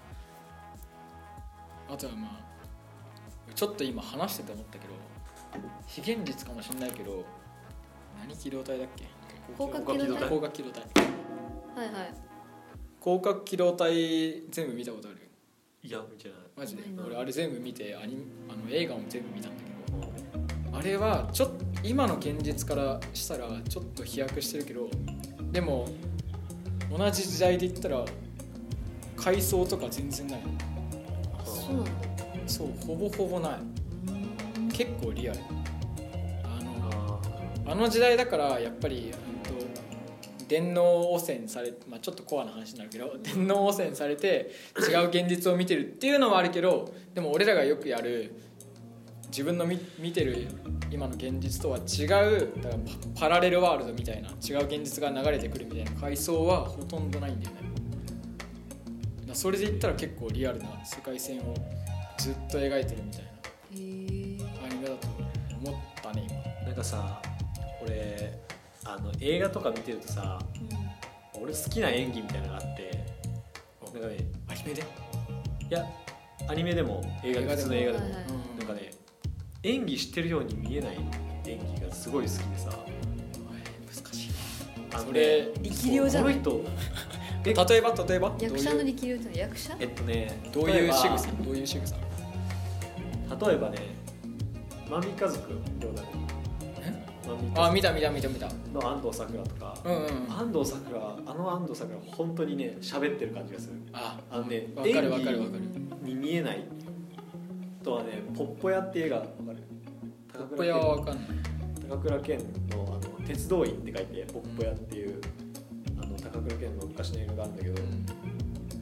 あとはまあちょっと今話してて思ったけど非現実かもしれないけど何機動隊だっけ？ 広角機動隊。 広角機動隊。 はいはい。 広角機動隊全部見たことある？ いや見てない。 マジで。俺あれ全部見てアニあの映画も全部見たんだけど、あれはちょっと今の現実からしたらちょっと飛躍してるけど、でも同じ時代で言ったら階層とか全然ない。 そうなんだ。 そうほぼほぼない。結構リアル。あのあの時代だからやっぱり、うんと、電脳汚染され、まあ、ちょっとコアな話になるけど電脳汚染されて違う現実を見てるっていうのはあるけど、でも俺らがよくやる自分の 見, 見てる今の現実とは違うだから パ, パラレルワールドみたいな違う現実が流れてくるみたいな階層はほとんどないんだよね。だそれで言ったら結構リアルな世界線をずっと描いてるみたいなアニメだと思ったね今。 なんかさ俺あの映画とか見てるとさ、うん、俺好きな演技みたいなのがあってなんかねアニメで？いやアニメでも映画でも普通の映画でも、はいはい、なんかね演技してるように見えない演技がすごい好きでさ、 難しいあのね力量じゃない？ この人例えば例えば役者の力量って役者？ えっとねどういう仕草どういう仕草？ 例えばね万引き家族兄弟あ見た見た見た見たの安藤サクラとか、うんうん、安藤サクラあの安藤サクラ本当にね喋ってる感じがする。 ああのね分かる分かる分かるに見えないとはねポッポ屋って映画分かる？ ポッポ屋は分かんない。 高倉健のあの鉄道員って書いてポッポ屋っていうあの高倉健の昔の映画があるんだけど、うん、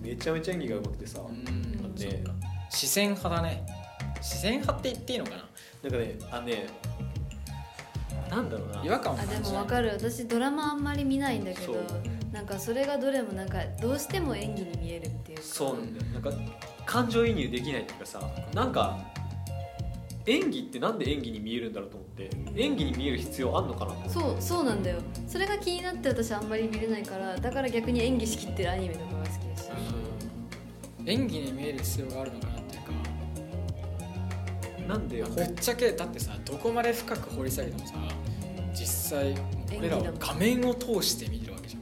めちゃめちゃ演技が上手くてさ、うん、あのね視線派だね。視線派って言っていいのかな？ なんかねあのねなんだろうな違和感あでも分かる。私ドラマあんまり見ないんだけどなんかそれがどれもなんかどうしても演技に見えるっていうかそうなんだよ。なんか感情移入できないっていうかさなんか演技ってなんで演技に見えるんだろうと思って演技に見える必要あんのかなとそうそうなんだよ。それが気になって私あんまり見れないからだから逆に演技しきってるアニメとかが好きだし、 うん、演技に見える必要があるのかなっていうかなんでぶっちゃけだってさどこまで深く掘り下げてもさ実際俺らは画面を通して見てるわけじ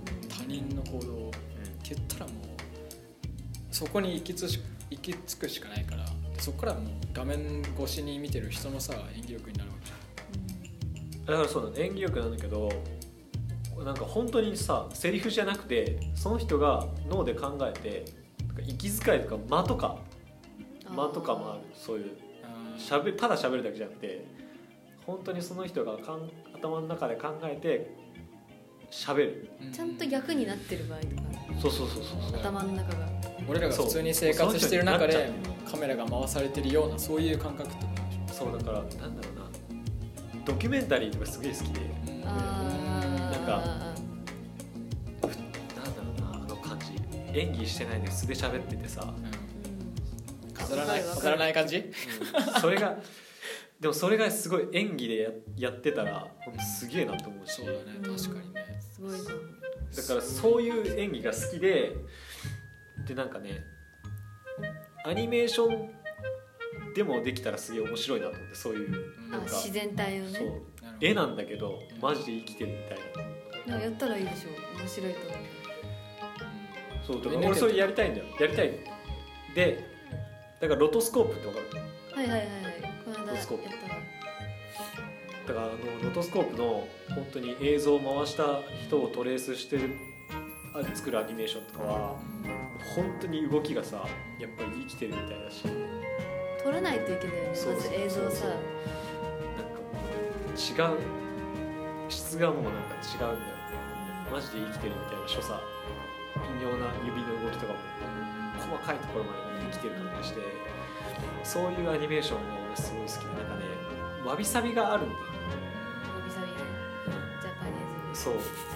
行動って言ったらもうそこに行きつし行き着くしかないから、そこからもう画面越しに見てる人のさ演技力になるわけじゃん。だからそうだ、演技力なんだけど、なんか本当にさセリフじゃなくてその人が脳で考えて息遣いとか間とか間とかもある、そういうしゃべただ喋るだけじゃなくて本当にその人がかん頭の中で考えて喋る、 ちゃんと役になってる場合とか、 そうそうそうそう、 頭の中が俺らが普通に生活してる中でカメラが回されてるようなそういう感覚ってことでしょ。 そうだからなんだろうな、ドキュメンタリーとかすごい好きで、 あなんかなんだろうな、あの感じ、演技してないで素で喋っててさ、 うん、飾らない飾らない感じ、 うん、それがでもそれがすごい演技で や, やってたらほんとすげえなと思うし、 そうだね、確かにね、 すごいな。 だからそういう演技が好きで、でなんかねアニメーションでもできたらすげえ面白いなと思って、そういうなんか自然体をね、 そう絵なんだけどマジで生きてるみたいな、 やったらいいでしょ、面白いと思う。 そうだから俺それやりたいんだよ、やりたいで、だからロトスコープって分かる？ はいはいはいはい、この間やったわ。 だからあのロトスコープの本当に映像を回した人をトレースしてる作るアニメーションとかは本当に動きがさやっぱり生きてるみたいだし、 撮らないといけないよね、まず映像さ、 なんかもう違う質がもうなんか違うんだよ、マジで生きてるみたいな所作、微妙な指の動きとかも細かいところまで生きてる感じがして、そういうアニメーションが俺すごい好きで、なんかねわびさびがあるんだよね、 わびさびね、ジャパニーズ、 そう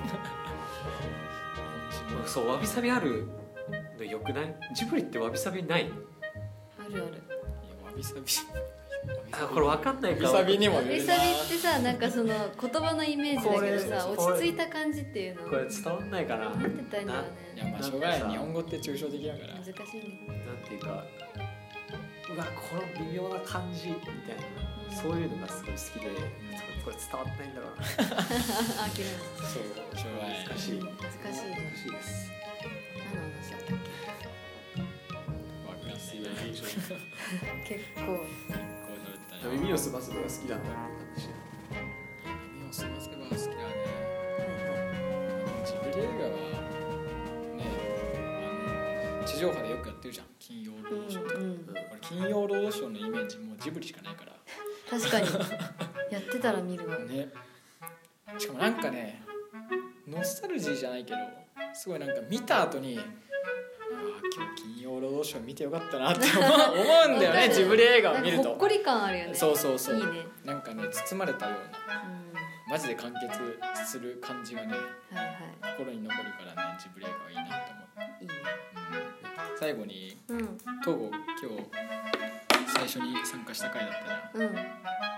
そうわびさびあるのよくない？ジブリってわびさびない？ あるある。 いやわびさびあ、これ分かんないか、 わびさびにもわびさびってさ、なんかその言葉のイメージだけどさ、落ち着いた感じっていうのこれ伝わんないかな、 なんて言ったらいいんだろうね。 いやまあしょうがない、日本語って抽象的だから難しいね。 なんていうか、うわこの微妙な感じみたいな、そういうのがすごい好きで、これ伝わってないんだろうなあ、諦めた。 そうしょうがない、 難しい難しいね。 難しいです。 何の話だったっわかんないけ？結構。 耳をすませばが好きなんだって話。 耳をすませば好きだね。ジブリ映画はね、あの地上波でよくやってるじゃん、金曜ロードショー、うんうん、俺金曜ロードショーのイメージもうジブリしかないから。 確かにやってたら見るわね。しかもなんかね、ノスタルジーじゃないけど、すごいなんか見た後に、あ今日金曜ロードショー見てよかったなって思うんだよねジブリ映画を見ると。 ほっこり感あるよね。 そうそうそう、 いいね。 なんかね包まれたような、うん、マジで完結する感じがね、はいはい、心に残るからね、ジブリ映画はいいなと思う。いいね、うん、最後に、うん、東郷今日最初に参加した回だったじゃん、うん、ど, ど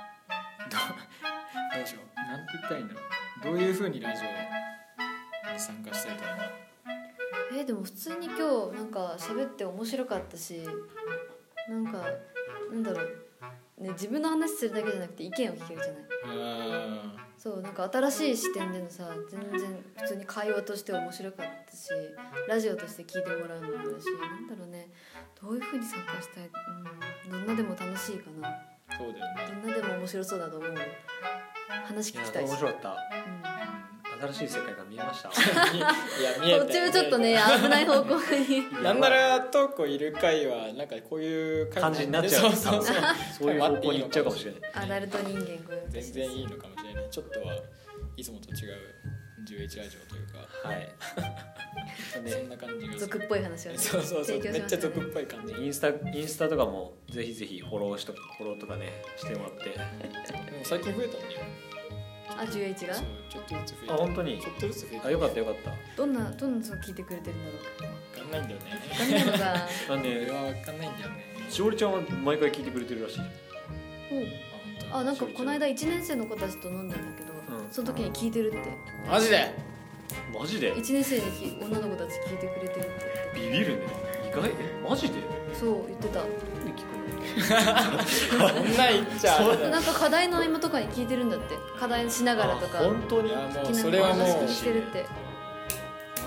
うしよう、なんて言ったらいいんだろう、どういう風にラジオに参加したいと思う？ えー、でも普通に今日なんか喋って面白かったし、なんかなんだろう、ね、自分の話するだけじゃなくて意見を聞けるじゃない。あそう、なんか新しい視点でのさ、全然普通に会話として面白かったし、ラジオとして聞いてもらうのもあるし、なんだろうね、どういう風に参加したい、うん、どんなでも楽しいかな。 そうだよね、 どんなでも面白そうだと思う。話聞きたいし。 いや面白かった、うん、新しい世界が見えましたいや見えた、 途中ちょっとね危ない方向になんならトークいる回はなんかこういう感じになっちゃう、 そうそうそうそういう方向に行っちゃうかもしれない。 アダルト人間ご用全然いいのかもしれない。ちょっとはいつもと違うじゅういちラジオというか、はいね、そんな感じが俗っぽい話を、ね、 そうそうそう、 ね、 めっちゃ俗っぽい感じ。 インスタインスタとかもぜひぜひフォローしとフォローとかねしてもらって。 でも最近増えたんだよ。 あ、じゅういちがそうちょっとずつ増えた。 あ、本当にちょっとずつ増えた。 あ、よかったよかった。 どんなどんなの聞いてくれてるんだろう。 分かんないんだよね。 分かんないのがなんで俺は分かんないんだよね。 しおりちゃんは毎回聞いてくれてるらしい。 うん、あ、なんかこの間いちねん生の子たちと飲んだんだけど、うん、その時に聞いてるって。 マジでマジでいちねん生に女の子たち聞いてくれてるって。 ビビるね。意外、え、マジで？ そう言ってた。 そんな言っちゃう。 なんか課題の合間とかに聞いてるんだって。課題しながらとか。 本当に？ いやもうそれはもうしてるって。 ガンガン学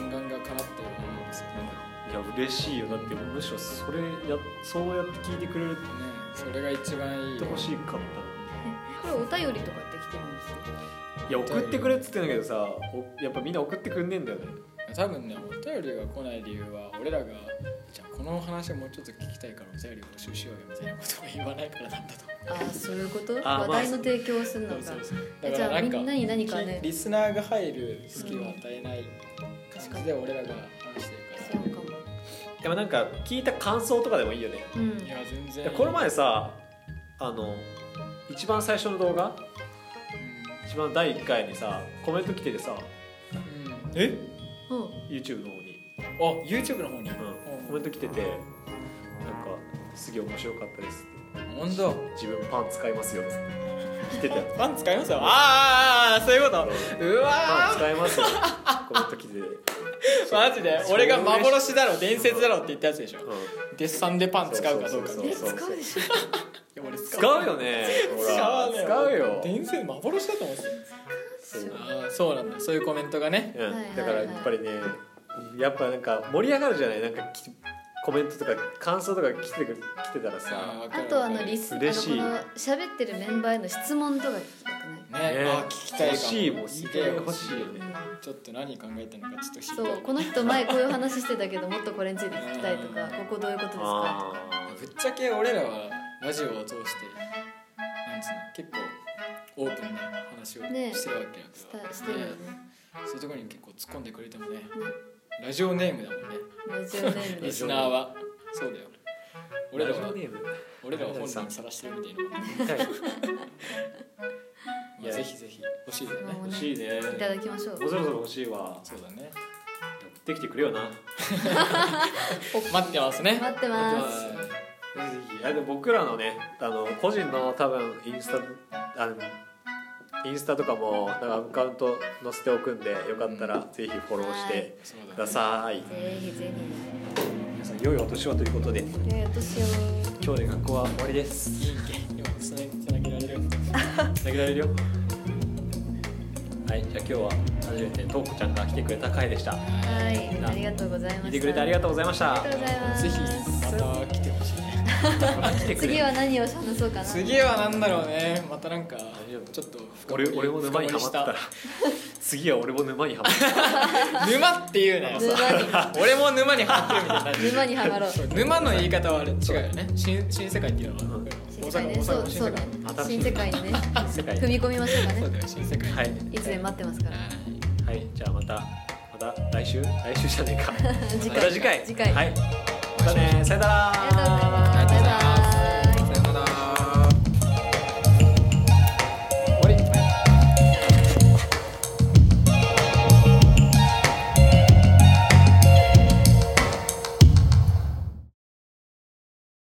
かなって思うんですよね。 いや嬉しいよ。だってむしろそれやそうやって聞いてくれるってね、 それが一番いい。 欲しかった。 これお便りとかって来てるんですよ。 いや送ってくれっつってんだけどさ、おやっぱみんな送ってくんねえんだよね。 多分ね、お便りが来ない理由は俺らがじゃあこの話をもうちょっと聞きたいからお便り募集しようよみたいなことを言わないからなんだと思う。 ああそういうこと？ あ話題の提供をするのか。 そうそうそう。 えじゃあみんなに何かね、 リスナーが入る隙を与えない感じで俺らが話してるから。 そうかも。 でもなんか聞いた感想とかでもいいよね。 うん。 いや全然いい。 この前さ、あの一番最初の動画、うん、一番だいいっかいにさコメント来ててさ、 うん、え YouTube の方に、 あ YouTube の方に、うん、 コメント来てて、なんかすげえ面白かったですって。 本当？ 自分パン使いますよっつって来てたよ。 パン使いますよ。ああそういうこと。うわパン使いますよコメント来ててマジで俺が幻だろ伝説だろって言ったやつでしょ、うん、デッサンでパン使うかどうか。 使うでしょ。 俺使うよね。 使うね。 使うよ。 伝説幻だと思って。そうあそうなんだ。そういうコメントがね、 うん、だからやっぱりね、やっぱなんか盛り上がるじゃない。なんかコメントとか感想とか来て来てたらさ、 あ, あとあのリスあのこの喋ってるメンバーへの質問とか聞きたくない？ ね、あ聞きたいかも。 欲しいもん。すげえ欲しいよね、 うん、ちょっと何考えてるのかちょっと知りたい。 そうこの人前こういう話してたけどもっとこれについて聞きたいとか、ここどういうことですかぶっちゃけ俺らはラジオを通してなんつうの結構オープンな話をしてるわけやから、 ね、してるよね。 そういうところに結構突っ込んでくれてもね、ねラジオネームだもんね。 ラジオネームリスナーはそうだよ。俺らはラジオネーム俺らは本人にさらしてるみたいな。まあ、ぜひぜひ欲しいよね。 欲しいね。 いただきましょう。 もうそろそろ欲しいわ。 そうだね。 送ってきてくれよな。 待ってますね。 待ってます。 ぜひ。あでも僕らのね、あの個人の多分インスタあのインスタとかもなんかアカウント載せておくんで、よかったらぜひフォローしてください。 ぜひぜひ。 皆さん良いお年をということで。 良いお年を。 今日で学校は終わりです。 いいんけ。今つなげられる。 つなげられるよ。はい、じゃあ今日は初めてトーコちゃんが来てくれた回でした。 はい、ありがとうございました。 聞いてくれてありがとうございました。 ありがとうございます。 ぜひまた来てほしいね。 次は何を話そうかな。 次はなんだろうね。ままたなんかちょっと俺俺も沼にハマったら次は俺も沼にハマった沼っていうね。俺も沼にハマってるみたいな。 沼にハマろう。 沼の言い方はあれ違うよね。新新世界っていうのは。 新世界ね。そうそうね。新世界にね。踏み込みましょうかね。 そうだよ新世界。 はい。 いつで待ってますから。 はい。じゃあまたまた来週来週じゃねえか。 次回また次回。 次回。 はい。またね。さよなら。 ありがとうございます。